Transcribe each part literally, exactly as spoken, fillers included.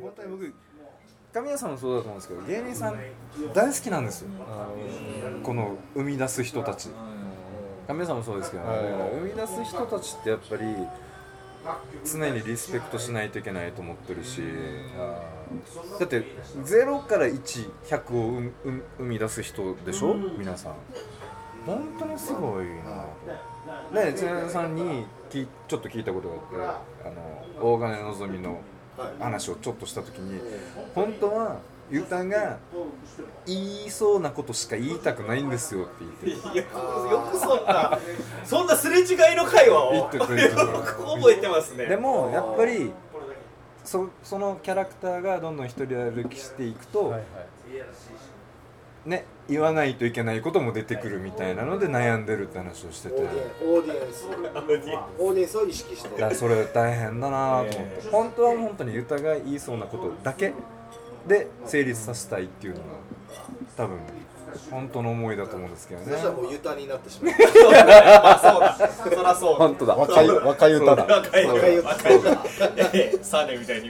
本当に僕神谷さんもそうだと思うんですけど芸人さん大好きなんですよ。この生み出す人たち神谷さんもそうですけど、ね、生み出す人たちってやっぱり常にリスペクトしないといけないと思ってるし、だってゼロからいち、ひゃくを生み出す人でしょ、皆さん。本当にすごいな。ね、千田さんにきちょっと聞いたことがあって、あの大金のぞみの話をちょっとしたときに、本当はゆたが言いそうなことしか言いたくないんですよって言ってる。 よくそんなそんなすれ違いの会話を言ってたよく覚えてますね。 でもやっぱり そ, そのキャラクターがどんどん一人歩きしていくと、はいはい、ね、言わないといけないことも出てくるみたいなので悩んでるって話をしてて、 オーディエンスオーディエンスを意識して、 だからそれ大変だなと思って、本当は本当にユタが言いそうなことだけで成立させたいっていうのが多分本当の思いだと思うんですけどね。 そしたらもうユタになってしまう。 まあそうだ、そりゃそうだ。 本当だ。 若い若いユタだ。 若い若いユタ。 サネみたいに。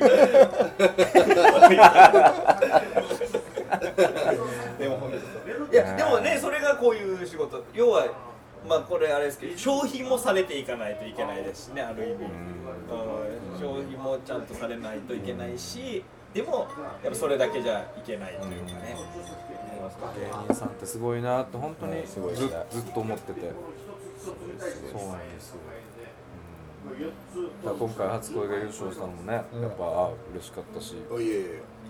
でもいやでもね、それがこういう仕事、要はまあこれあれですけど、消費もされていかないといけないですしね、ある意味。消費もちゃんとされないといけないし、でもやっぱそれだけじゃいけないというかね。 芸人さんってすごいなって本当に ず, ずっと思ってて、そうなんですよ。うん、今回初恋が優勝したのもね、やっぱあ嬉しかったし。 おいえいえ。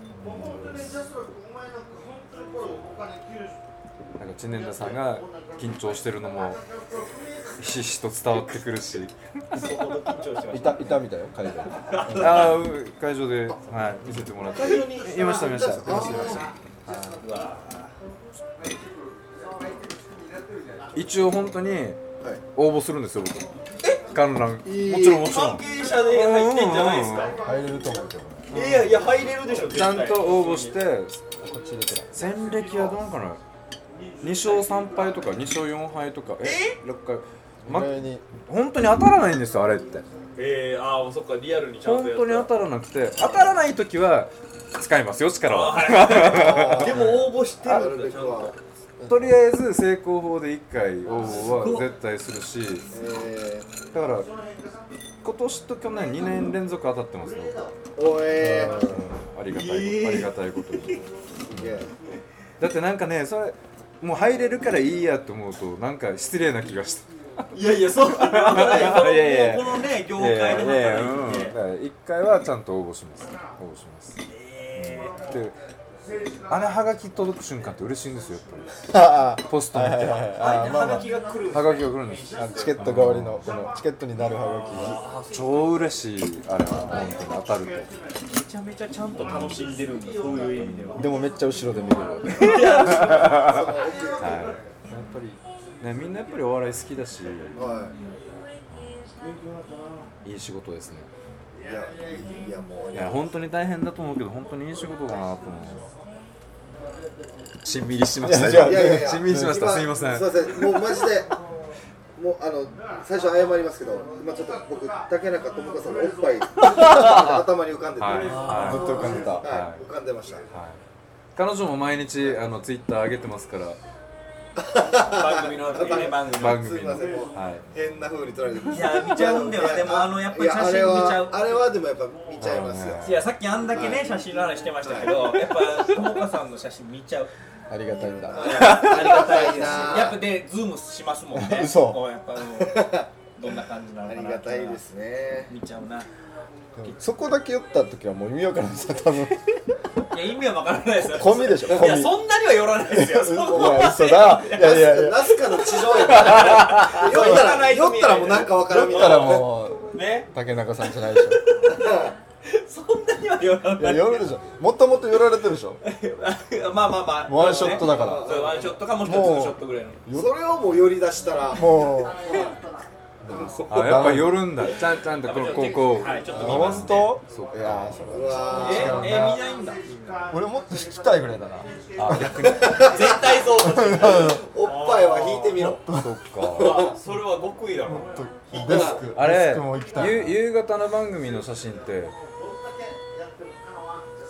なんか知念田さんが緊張してるのもひしひしと伝わってくるしいたいたみたいよ会場で。 ああ会場で、はい、見せてもらって。いました見ました見ました見ました。一応本当に応募するんですよ僕。観覧。もちろんもちろん。 関係者で入ってんじゃないですか。 入れると思うけどね。 いやいや入れるでしょ。 ちゃんと応募してこっち出てない。 戦歴はどうかな。に勝さん敗とかに勝よん敗とかえろっかい、ま、本当に当たらないんですよあれって。 えー、ああそっかリアルにちゃんとやった。 本当に当たらなくて、当たらない時は使いますよ力は。 でも応募してるんだちゃんと。 とりあえず成功法でいっかい応募は絶対するし、えー、だから今年と去年にねん連続当たってますよ。 おえー、 うん、ありがたい、えー、ありがたいことに。だってなんかね、それもう入れるからいいやと思うとなんか失礼な気がして。 いやいやそう。いやいやこのね業界で働いて。 いっかいはちゃんと応募します。応募します。えー、であれはがき届く瞬間って嬉しいんですよやっぱり。ポスト見て。 はがきが来る。 はがきが来るんです。 チケット代わりのこのチケットになるはがきが超嬉しいあれは本当に当たると。 めちゃめちゃちゃんと楽しんでるんだそういう意味では。 でもめっちゃ後ろで見れる。 はい。やっぱりねみんなやっぱりお笑い好きだし、はい、いい仕事ですね。 いやいやもういや本当に大変だと思うけど本当にいい仕事だなと思う。しんみりしましたよ。 いやいやいやしんみりしました。すみません。 すみません。もうマジでもうあの最初謝りますけど、今ちょっと僕竹中智香さんのおっぱい頭に浮かんでて、 はいはい、 ずっと浮かんでた。 はい、浮かんでました。はい、 彼女も毎日あのツイッター上げてますから。 番組のね番組番組の、 はい、変な風に撮られてます。 いや見ちゃうんだよ。でもあのやっぱり写真見ちゃう。 あれはでもやっぱ見ちゃいますよ。 いやさっきあんだけね写真の話してましたけど、やっぱ友香さんの写真見ちゃう。 ありがたいんだ。 ありがたいです。やっぱでズームしますもんね。 嘘。 やっぱどんな感じなのかな。 ありがたいですね。 見ちゃうな。 そこだけ寄った時はもう意味わからないですよ多分。 いや意味はわからないですよ。 込みでしょ。 いやそんなには寄らないですよ。 いや嘘だ。いやいやいや。 ナスカの地上絵。寄ったら寄ったらもうなんかわからんみたいな。 寄ったらもうね竹中さんじゃないでしょ。 そんなには寄らない。 いや寄るでしょ。もともと寄られてるでしょ。 まあまあまあ。 ワンショットだから。 そうワンショットかもしくはツーショットぐらいの。 それをもう寄り出したらもう。 あやっぱ寄るんだ。ちゃんちゃんとこうこうこう。 はいちょっと見ますね。 本当？いやそれはええ見ないんだ。 俺もっと引きたいぐらいだな。 あ逆に。 絶対そう。 おっぱいは引いてみろ。 そっか。 それは極意だろ。 デスク。 あれ夕夕方の番組の写真って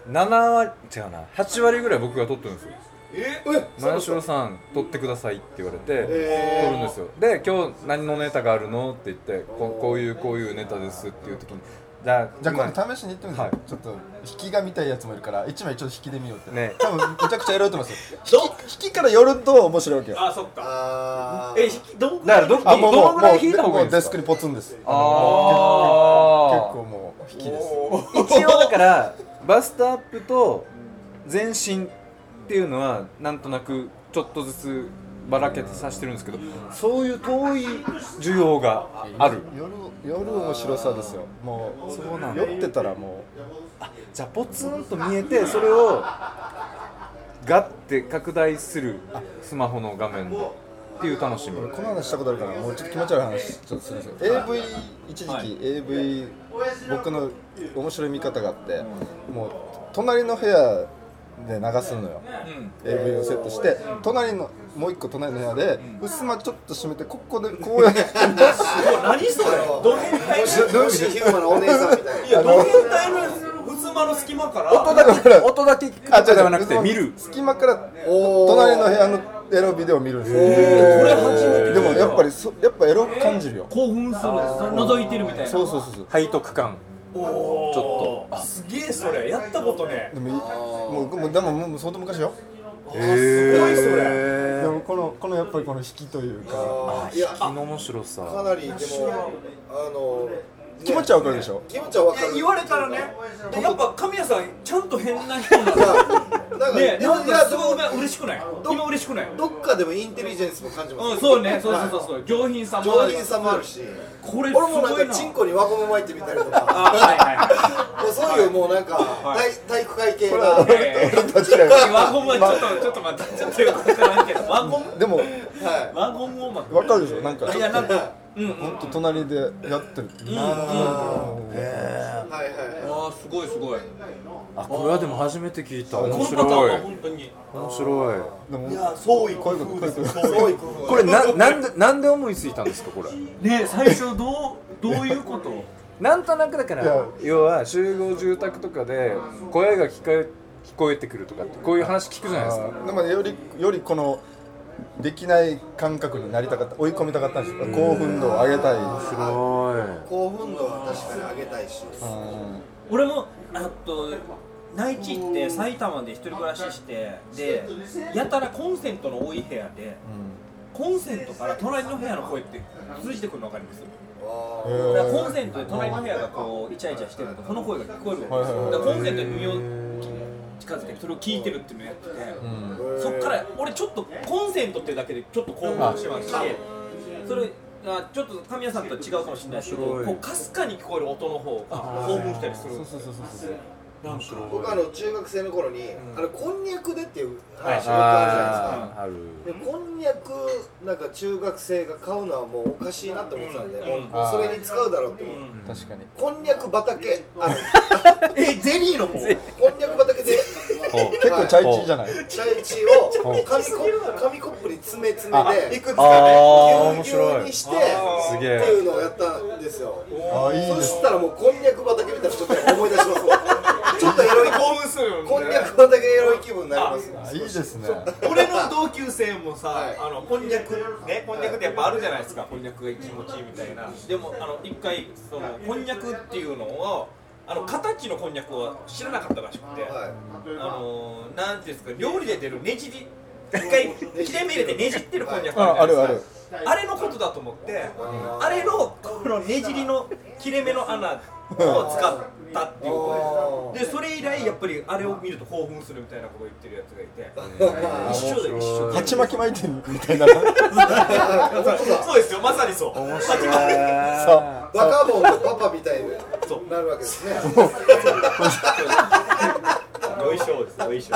なな割違うなはち割ぐらい僕が撮ってるんですよ。 え前城さん撮ってくださいって言われてえー撮るんですよ。で今日何のネタがあるのって言ってここういうこういうネタですっていう時にじゃあじゃあ今今度試しに言ってみて、 はいちょっと引きが見たいやつもいるからいちまいちょっと引きで見ようってね多分めちゃくちゃやろうと思いますよ引き引きから寄ると面白いわけよあそっかあえ引きどんくらいだからどあもうもうどのぐらい引いた方がいいんですか。 もうデスクにポツンですあ結構もう引きです一応だからバストアップと全身っていうのはなんとなくちょっとずつばらけてさせてるんですけどそういう遠い需要がある。 夜夜面白さですよもうそうなんだ酔ってたらもじゃあポツンと見えてそれをガッて拡大するスマホの画面っていう楽しみ。 うこの話したことあるからもうちょっと気持ち悪い話ちょっとするんですよ エーブイ 一時期、 はいエーブイ 僕の面白い見方があってもう隣の部屋で流すのよ、 うんエーブイ をセットして隣のもう一個隣の部屋で襖ちょっと閉めてここでこうやって何それド変態ー星ヒューマンのお姉さんみたいいやド変態の襖の隙間から音だけ音だけ聞くとかではなくて見る。 隙間からおー隣の部屋のエロビデオを見るんですよこれ初めてでもやっぱりそやっぱエロく感じるよ興奮する覗いてるみたいなそうそうそうそう背徳感。 おーちょっとすげえそれやったことねでもいもうもうでももう相当昔よすごいそれでもこのこのやっぱりこの引きというかあーいや気の面白さ。 かなりでもあの気持ちはわかるでしょ気持ちはわかるいや言われたらねやっぱ神谷さんちゃんと変な人なんいだやなんかねでもなんかすいやでもごい嬉しくない今嬉しくないどっかでもインテリジェンスも感じますうんそうねそうそうそうそう上品さもある上品さもあるしこれすご俺もなんいなかチンコに輪ゴム巻いてみたりとあかはいはいはいもうそういうもうなんかはい体体育会系なえー確かに輪ゴムはちょっとちょっと待ってちょっとよくわからんけど輪ゴムでもはい輪ゴムを巻くわかるでしょなんかちょっいやなんかうんうんとほんと隣でやってるうんうんはいはいあーすごいすごいあこれはでも初めて聞いた。 この面パターンは白い本当に面白い。 でもいや創意こういうことこういうこと創意工夫これななんでなんで思いついたんですかこれ。 ね最初どうどういうことなんとなくだかいやら要は集合住宅とかで声が聞こえ聞こえてくるとかってこういう話聞くじゃないですか。 あーでもよりよりこのできない感覚になりたかった追い込みたかったんですよ興奮度を上げたい面白興奮度は確かに上げたいしうん俺もあと内地行って埼玉で一人暮らししてでやたらコンセントの多い部屋でコンセントから隣の部屋の声って通じてくるの分かりますあへだからコンセントで隣の部屋がこうイチャイチャしてるとその声が聞こえるわけですよだからコンセントに耳を近づけてそれを聞いてるっていうのをやっててうんそっから俺ちょっとコンセントっていうだけでちょっと興奮しますしそれあちょっと神谷さんとは違うかもしれないですけど面白いこうかすかに聞こえる音の方が興奮したりするそうそうそうそうなんか僕あの中学生の頃にあのこんにゃくでっていう話よくあるじゃあーある。 ないですかでこんにゃくなんか中学生が買うのはもうおかしいなって思ってたんでもうんうそれに使うだろうって思ってうん確かにこんにゃく畑あのえゼリーの方こんにゃく畑で結構チャイチーじゃないチャイチーを紙コップ紙コップに詰め詰めていくつかあーね面白いぎゅうぎゅうにしてすげえっていうのをやったんですよああいいですそしたらもうこんにゃく畑みたいなちょっと思い出しますちょっとエロい興奮するよねこんにゃく畑エロい気分になりますあいいですね俺の同級生もさ、 はいあのこんにゃくねこんにゃくってやっぱあるじゃないですかこんにゃくが気持ちいいみたいなでもあの一回そのこんにゃくっていうのをあの形のこんにゃくは知らなかったらしくて、 はあのなんていうんですか料理で出るねじり一回切れ目入れてねじってるこんにゃくああるあるあれのことだと思ってあれのこのねじりの切れ目の穴を使ったっていうことででそれ以来やっぱりあれを見ると興奮するみたいなことを言ってるやつがいて一緒だよ一緒だよ鉢巻き巻いてるみたいなそうですよまさにそう面始まる白い。 バカボンのパパみたいになるわけですねよいしょですよいしょ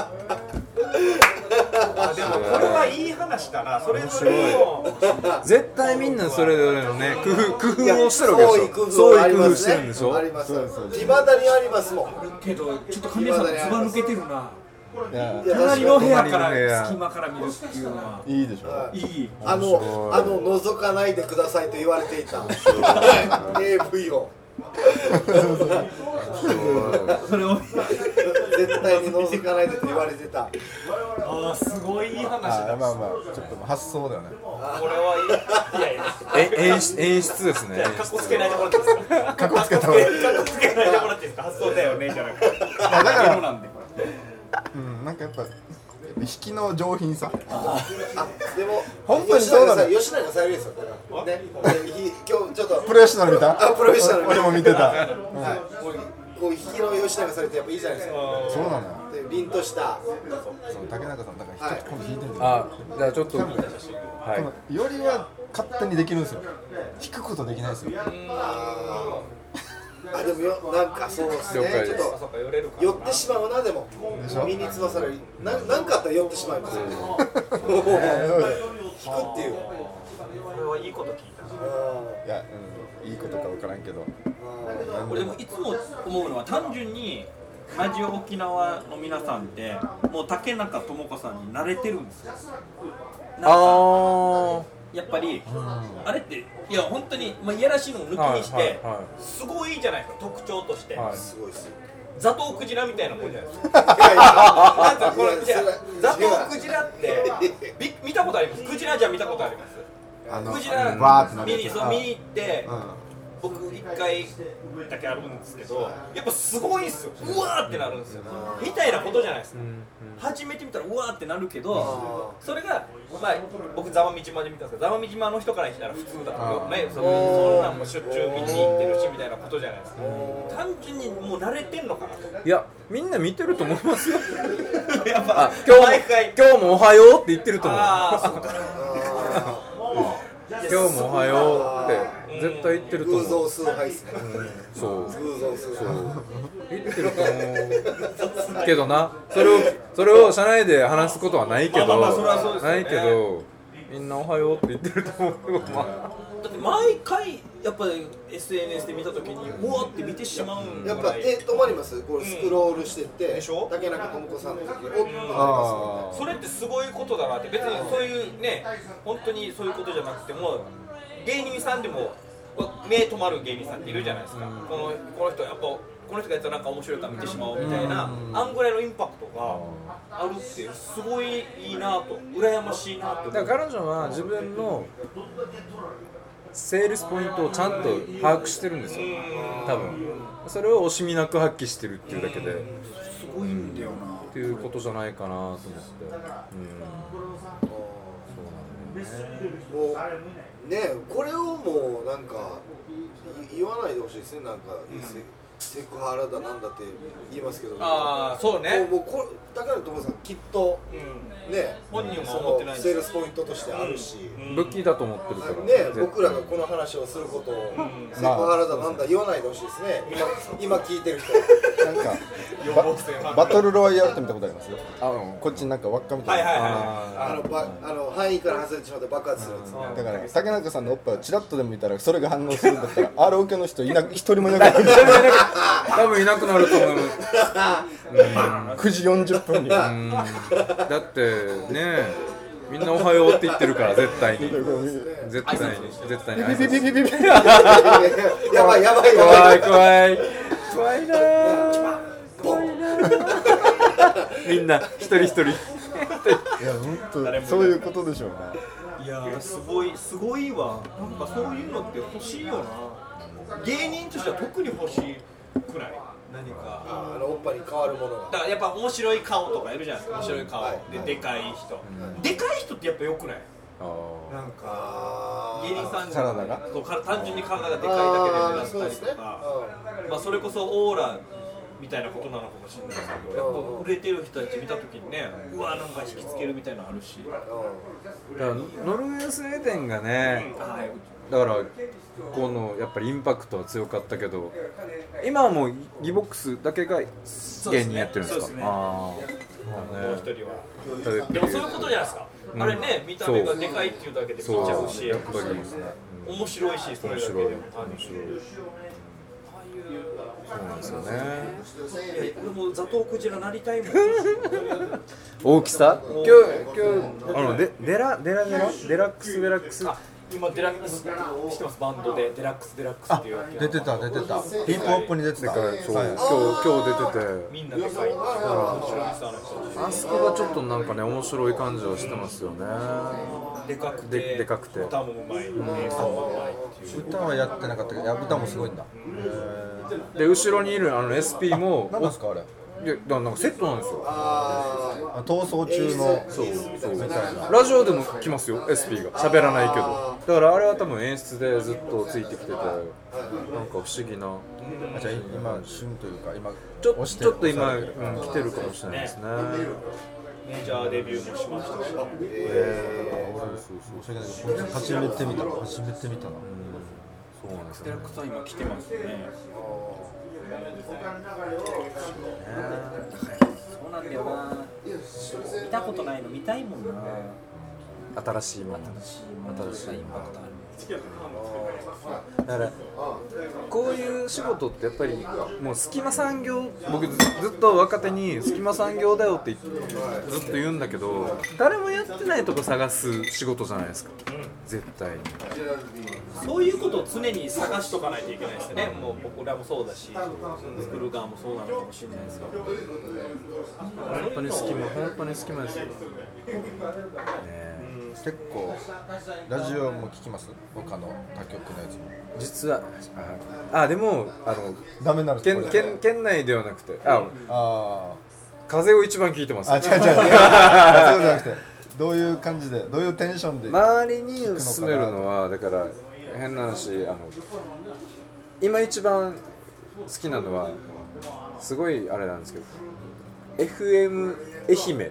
あでもこれはいい話だなそれぞれの絶対みんなそれぞれのね工夫工夫をしてるわけでしょ。 創そう意工夫いう工夫してるんでしょあ。りますそうそう未だにありますもんけどちょっと神谷さんずば抜けてるないやいや隣の部屋か隣の部屋ら隙間から見るっていうのはいいでしょいいあのあの覗かないでくださいと言われていた エーブイ をそれを絶対に覗かないでと言われてた。 ああすごいいい話だ。 あまあまあちょっと発想だよね。 これはいい。いやいや。 え演出演出ですね。 かっこつけないでもらっていいですか。 かっこつけた方がいい。 かっこつけないでもらっていいですか。発想だよねじゃなくて。 だから色なんでこれ。 うんなんかやっぱ引きの上品さ。 あでも本当にそうなの。 吉永小百合ですよ。ね。今日ちょっとプロフェッショナル見た？ あプロフェッショナル。 俺も見てた。 はい。こう引きの吉永されてやっぱいいじゃないですか。 そうなのよ。 で凛とした。 そう竹中さんだからちょっと今度弾いてみて。 あじゃあちょっとはいこのよりは勝手にできるんですよ。弾くことできないですよ。 ああでもよなんかそうですね。 了解ですちょっと寄ってしまうなでも。身につまされる。ななんかあったら寄ってしまいますよ。引くっていう。 これはいいこと聞いた。 いや、うん、いいことか分からんけど。 俺でもいつも思うのは単純にラジオ沖縄の皆さんってもう竹中智子さんに慣れてるんですよ。なんかあやっぱり、あれっていや本当にまあいやらしいのを抜きにして、 はいはいはいすごいいいじゃないですか特徴として、 はいすごいですよ。 ザトウクジラみたいなもんじゃないですか。なんかこれじゃザトウクジラってび見たことあります。クジラじゃ見たことあります。 あのクジラバーってなる見にやつそう見に行って、 うん僕一回だけあるんですけど、やっぱすごいんですよ。うわーってなるんですよ。みたいなことじゃないですか。初めて見たらうわーってなるけど、それがまあ僕ざまみ島で見たんですけど、ざまみ島の人からしたら普通だとね、そそんなんもしょっちゅう見に行ってるしみたいなことじゃないですか。単純にもう慣れてんのかなと。 いやみんな見てると思いますよ。 やっぱあ今日も毎回今日もおはようって言ってると思う。 ああそうか。 今日もおはようって絶対言ってると思う。 偶像崇拝ですね。 そう偶像崇拝。 言ってると思うけどな、それをそれを社内で話すことはないけど、 まあまあそれはそうですよねないけどみんなおはようって言ってると思うよ。まあだって毎回やっぱり エスエヌエス で見たときにうわーって見てしまうんぐらい。 やっぱ手止まります。これスクロールしてって、 でしょ竹中智子さんの時におっとなりますあそれってすごいことだなって。別にそういうね本当にそういうことじゃなくても芸人さんでも目止まる芸人さんっているじゃないですか。このこの人やっぱこの人がやったらなんか面白いから見てしまおうみたいなあんぐらいのインパクトがあるってすごいいいなと羨ましいなと。 だから彼女は自分のセールスポイントをちゃんと把握してるんですよ。多分それを惜しみなく発揮してるっていうだけで、 すごいんだよなっていうことじゃないかなと思って。うん、 もうねこれをもうなんか言わないでほしいですね。なんか、うん、セクハラだなんだって言いますけど、 ああそうね。 もうこれだから智子さんきっと、うん、ね本人もそ思ってないのセールスポイントとしてあるし、 うん、武器だと思ってるからね僕らがこの話をすることを、うん、セクハラだなんだ言わないでほしいですね。今今聞いてる人なんかバ, バトルロワイヤルって見たことありますよ。あのこっちになんか輪っかみたいな、 はいはいはい、 あのばあの範囲から外れてしまって爆発するんですね。 だから竹中さんのおっぱいをチラッとでも見たらそれが反応するんだったらアールオーケーの人いな一人もいなくなる。 多分いなくなると思います。 くじよんじゅっぷんに。 うんだってねみんなおはようって言ってるから絶対に絶対に絶対に挨拶ビビビビビビやばいやばいや怖ばいい怖い怖いなー怖いなーみんな一人一人いや本当そういうことでしょうね。 いやーすごいすごいわ。なんかそういうのって欲しいよな。芸人としては特に欲しいくらい何かあのおっぱいに変わるものがだからやっぱ面白い顔とかいるじゃないですか。面白い顔、 はいででかい人、うん、でかい人ってやっぱ良くない？なんか芸人さん体がそうか単純に体がでかいだけで目立ったりとか、ね、まあそれこそオーラみたいなことなのかもしれないですけど、やっぱ売れてる人たち見たときにね、うわなんか引きつけるみたいなのあるし、 だからノルウェースウェーデンがね、 うんはい、 だからこのやっぱりインパクトは強かったけど今はもうギボックスだけが芸人やってるんですか？ そうですね。 あもう一人はでもそういうことじゃないですか、うん、あれね見た目がでかいっていうだけで見ちゃうし、 やっぱり面白いしそれだけでも面白い面白いそうなんですよね。 俺もザトウクジラなりたいもん。 大きさ？今日今日あのデデラデラデラデラックスデラックス今デラックス知ってますバンドでデラックスデラックスっていう出てた出てたヒップホップに出てたそう、 はい、 今日今日出ててみんなで書いて面白いですあの人あそこがちょっとなんかね面白い感じはしてますよね。 でかくてででかくて歌もうまい演奏もうまいっていう歌はやってなかったけど、いや歌もすごいんだ。 で後ろにいるあの エスピー も何なんですかあれ？ いやだからなんかセットなんですよ。 あ逃走中のそうそうみたいな。 ラジオでも来ますよ エスピー が喋らないけど、だからあれは多分演出でずっとついてきててなんか不思議なあじゃあ今旬というか今ちょ押してちょっと今、うん、来てるかもしれないですね。 メジャーデビューもしましたし、 えー、 そうそうそれがね初めて見た初めて見たな。 そうなんですデラックスは今来てますね。そうなんだよな。見たことないの見たいもんな。 新しいもの新しいものインパクトある。 だからこういう仕事ってやっぱりもう隙間産業、僕ずっと若手に隙間産業だよってずっと言うんだけど、誰もやってないとこ探す仕事じゃないですか、絶対に。 そういうことを常に探しとかないといけないですよね。もう僕らもそうだし、作る側もそうなのかもしれないですけど、 本当に隙間、本当に隙間ですよね。 結構ラジオも聞きます？他の他局のやつも。 実はああでもあのダメなる県県県内ではなくて、ああ風を一番聞いてます。 あ違う違う違うそうじゃなくてどういう感じでどういうテンションで周りに勧めるのはだから変な話、あの今一番好きなのはすごいあれなんですけど エフエム 愛媛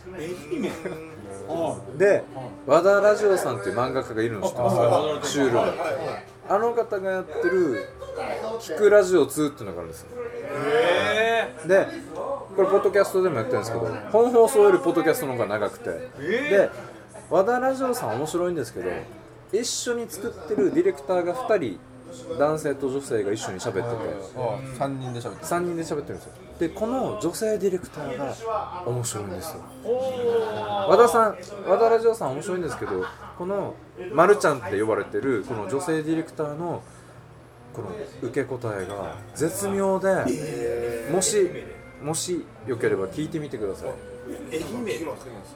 で和田ラジオさんっていう漫画家がいるの知ってます？シュールなあの方がやってる聞くラジオツーっていうのがあるんですよ。でこれポッドキャストでもやってるんですけど、本放送よりポッドキャストの方が長くて、で和田ラジオさん面白いんですけど、一緒に作ってるディレクターがふたり男性と女性が一緒に喋ってて、 あさんにんで喋ってるさんにんで喋ってるんですよ。でこの女性ディレクターが面白いんですよ。和田さん、和田ラジオさん面白いんですけど、このまるちゃんって呼ばれてるこの女性ディレクターのこの受け答えが絶妙で、もしもしよければ聞いてみてください。 愛媛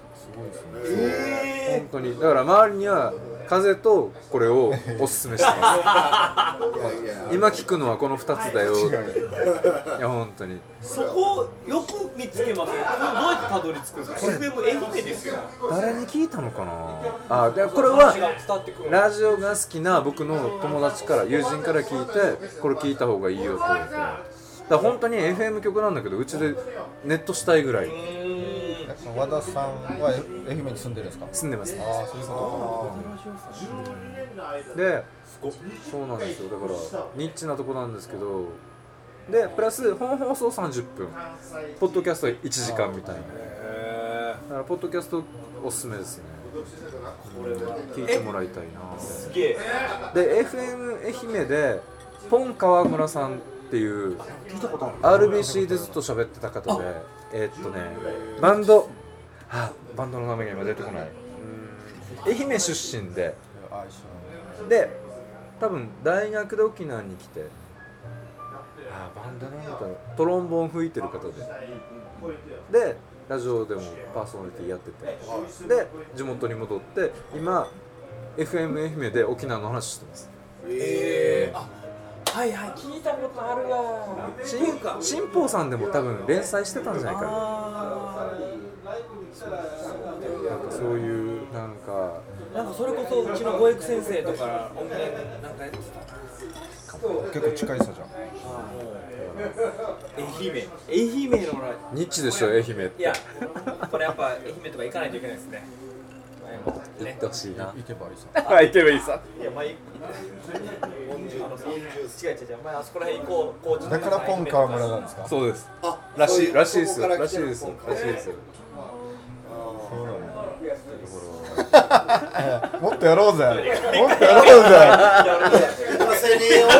本当にだから周りには風とこれをおすすめしてます今聞くのはこのふたつだよっていや本当にそこよく見つけますよ。どうやってたどり着くんですか？ エフエム 愛媛ですよ。 誰に聞いたのかなあ。でこれは伝わってくる。 ラジオが好きな僕の友達から友人から聞いて、これ聞いた方がいいよって言われて、だから本当に エフエム 局なんだけどうちでネットしたいぐらい。 和田さんは愛媛に住んでるんですか？ 住んでます。 ああそういうこでそうなんですよ。だからニッチなとこなんですけど、でプラス本放送さんじゅっぷん、ポッドキャストいちじかんみたいな。だからポッドキャストおすすめですね。聞いてもらいたいな。 すげえ。 で エフエム 愛媛でポン川村さんっていう アールビーシー でずっと喋ってた方で、えー、っとねバンドあバンドの名前が今出てこない。愛媛出身でで多分大学で沖縄に来て、あバンドなんだろう、トロンボーン吹いてる方ででラジオでもパーソナリティやってて、で地元に戻って今 エフエム 愛媛で沖縄の話してます。 えー、あはいはい聞いたことあるわ。 新報さんでも多分連載してたんじゃないかな。なんかそういうなんかなんかそれこそうちの五育先生とか音源なんかやってたと結構近いさじゃん。 愛媛愛媛のニッチでしょ愛媛って。 いやこれやっぱ愛媛とか行かないといけないですね。 行ってほしいな。 行けばいいさ。 あ行けばいいさ。 いやまあ違う違う違う前あそこら辺行こうこうだからポン川村なんですか？ そうです。 あらしいらしいですそこかららしいです来てるポンからしいです。 そうなんだ。もっとやろうぜ。もっとやろうぜ。 行かせねえよもっ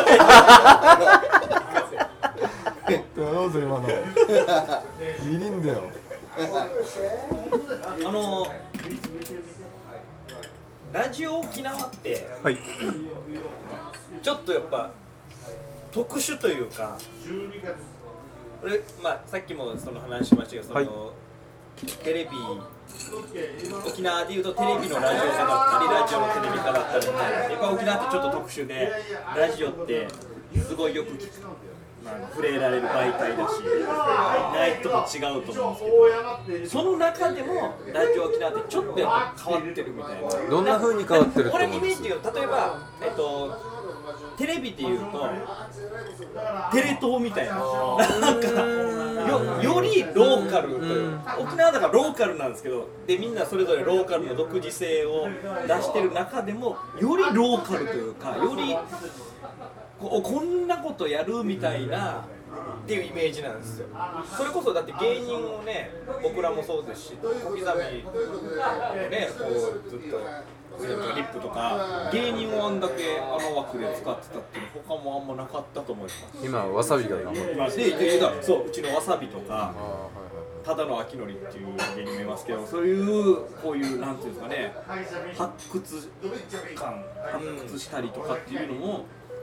とやろうぜ今の。いりんだよ。 あのラジオ沖縄ってはいちょっとやっぱ特殊というか、俺、まあ、さっきもその話しましたけど、その、 はい、 テレビ沖縄でいうとテレビのラジオ化だったりラジオのテレビ化だったりみたいな、やっぱ沖縄ってちょっと特殊でラジオってすごいよく聞く、まあ、触れられる媒体だしないとも違うと思うんですけど、その中でもラジオ沖縄ってちょっとやっぱ変わってるみたいな。 どんな風に変わってるとこれ思うんですイメージでいうと、例えば、えっとテレビでいうとテレ東みたいな、なんか よ, よりローカルという、沖縄だからローカルなんですけど、でみんなそれぞれローカルの独自性を出してる中でもよりローカルというか、より こ, こんなことやるみたいなっていうイメージなんですよ。それこそだって芸人をね、僕らもそうですし、小刻みをねこうずっとリップとか芸人をあんだけあの枠で使ってたっていうの他もあんまなかったと思います。 今わさびが頑張ってまあ、ででだそううちのわさびとかただのあきのりっていう芸人もいますけど、そういうこういうなんていうんですかね、発掘感発掘したりとかっていうのも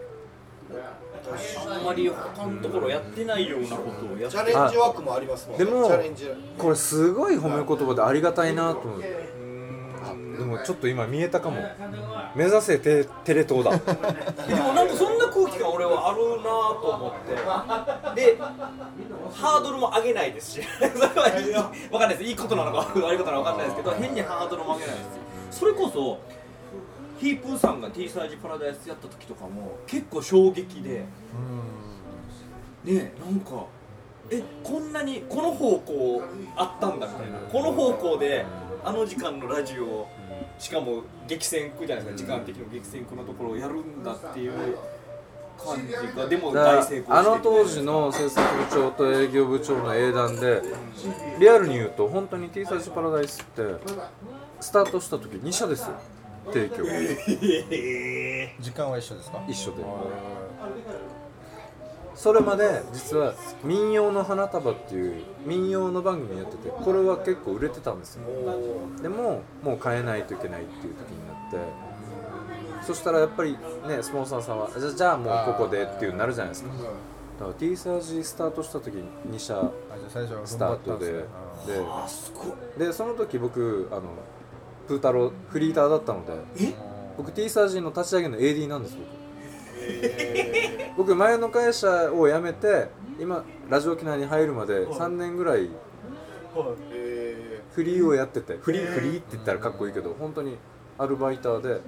あんまり他のところやってないようなことをやってチャレンジ枠もありますもんね。 でもチャレンジこれすごい褒め言葉でありがたいなと思って、でもちょっと今見えたかも。目指せテテレ東だ。 でもなんかそんな空気感俺はあるなと思って、でハードルも上げないですしそれはいいわかんないです、いいことなのか悪いことなのかわかんないですけど、変にハードルも上げないです。それこそヒープーさんが T サージパラダイスやった時とかも結構衝撃で、ね、なんかえこんなにこの方向あったんだみたいな、この方向であの時間のラジオ、しかも激戦区じゃないですか、時間的に激戦区のところをやるんだっていう感じが、でも大成功してて、 あの当時の制作部長と営業部長の英断でリアルに言うと本当に T サージパラダイスってスタートした時に社ですよ、提供時間は一緒ですか？ 一緒で、それまで実は民謡の花束っていう民謡の番組やってて、これは結構売れてたんですよ。でももう変えないといけないっていう時になって、そしたらやっぱりねスポンサーさんはじゃ, じゃあもうここでっていうなるじゃないですか。だから T サージスタートした時にに社スタートで、で, でその時僕あのプータローフリーターだったので、僕 T サージの立ち上げの エーディー なんです僕。僕前の会社を辞めて今ラジオ沖縄に入るまでさんねんぐらいフリーをやってて、フリーフリーって言ったらかっこいいけど本当にアルバイターで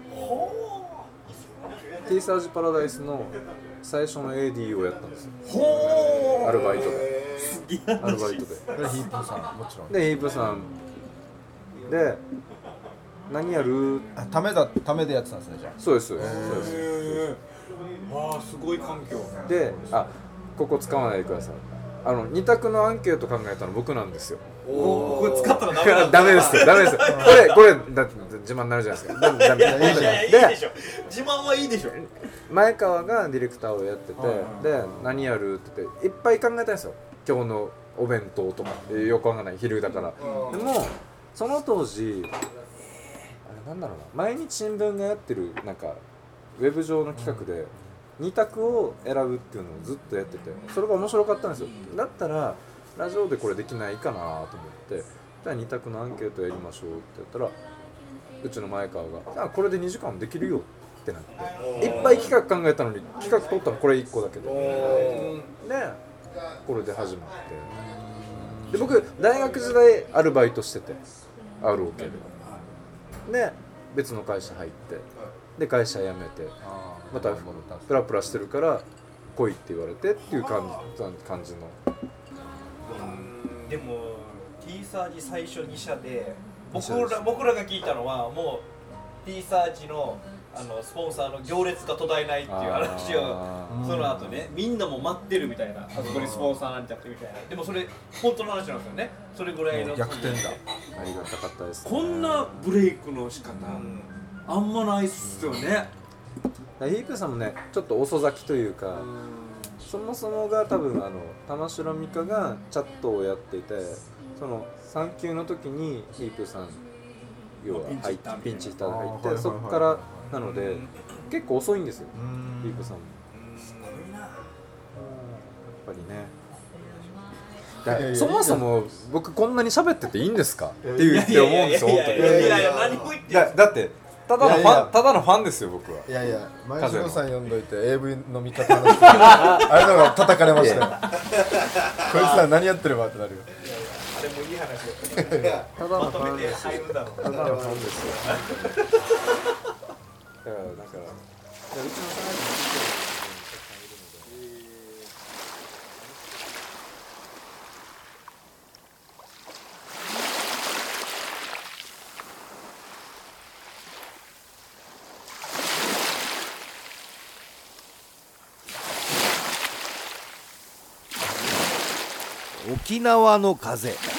T サージパラダイスの最初の エーディー をやったんですよ、アルバイトでアルバイトででヒープーさんもちろんでヒープさんで何やる、 あためだためでやってたんですね。じゃあそうですそうですそうです。 わあすごい環境で、あ、ここ使わないでください。あのに択のアンケート考えたの僕なんですよ。 おこれ使ったらダメだダメですよ、ダメですよ。これこれだって自慢になるじゃないですか。ダメダメいやいやいやいやいいでしょ、自慢はいいでしょ。 前川がディレクターをやってて、で何やるって言っていっぱい考えたんですよ。今日のお弁当とかよくわかんない昼だから。でもその当時あれなんだろうな、毎日新聞がやってるなんかウェブ上の企画でに択を選ぶっていうのをずっとやってて、それが面白かったんですよ。だったらラジオでこれできないかなと思って、じゃあに択のアンケートやりましょうって言ったら、うちの前川がじゃあこれでにじかんできるよってなって、いっぱい企画考えたのに企画取ったのこれいっこだけで、でこれで始まって、で僕大学時代アルバイトしてて アールオーケー でで別の会社入って、で会社辞めてまたプラプラしてるから来いって言われてっていう感じ、感じの。 でも T サージ最初に社で、僕ら僕らが聞いたのはもう T サージのあのスポンサーの行列が途絶えないっていう話をその後ね、みんなも待ってるみたいな、あそこにスポンサーなりたくてみたいな。でもそれ本当の話なんですよね。それぐらいの逆転だ。 ありがたかったです、ね、 こんなブレイクの仕方、うん、あんまないっすよね。 ヒープさんもねちょっと遅咲きというか、そもそもが多分あの玉城美香がチャットをやってて、その産休の時にヒープさん要は入ってピンチヒッターで入って、 あーはいはいはいそこからなので結構遅いんですよ、 うんリープさんも。やっぱりね。だからいやいやそもそも僕こんなに喋ってていいんですかっていやいうって思うんですよ、本当に。 いやいやいやいや何も言ってだだってただのファンいやいやただのファンですよ僕は。 いやいや前島さん呼んどいて エーブイ の見方話してあれのが叩かれましたよこいつら何やってればってなるよあれもいい話だったけどただのまとめてファンですよ入るんだろうただのファンですよだからだからいやうちのサービス聞いてる人もたくさんいるので。 沖縄の風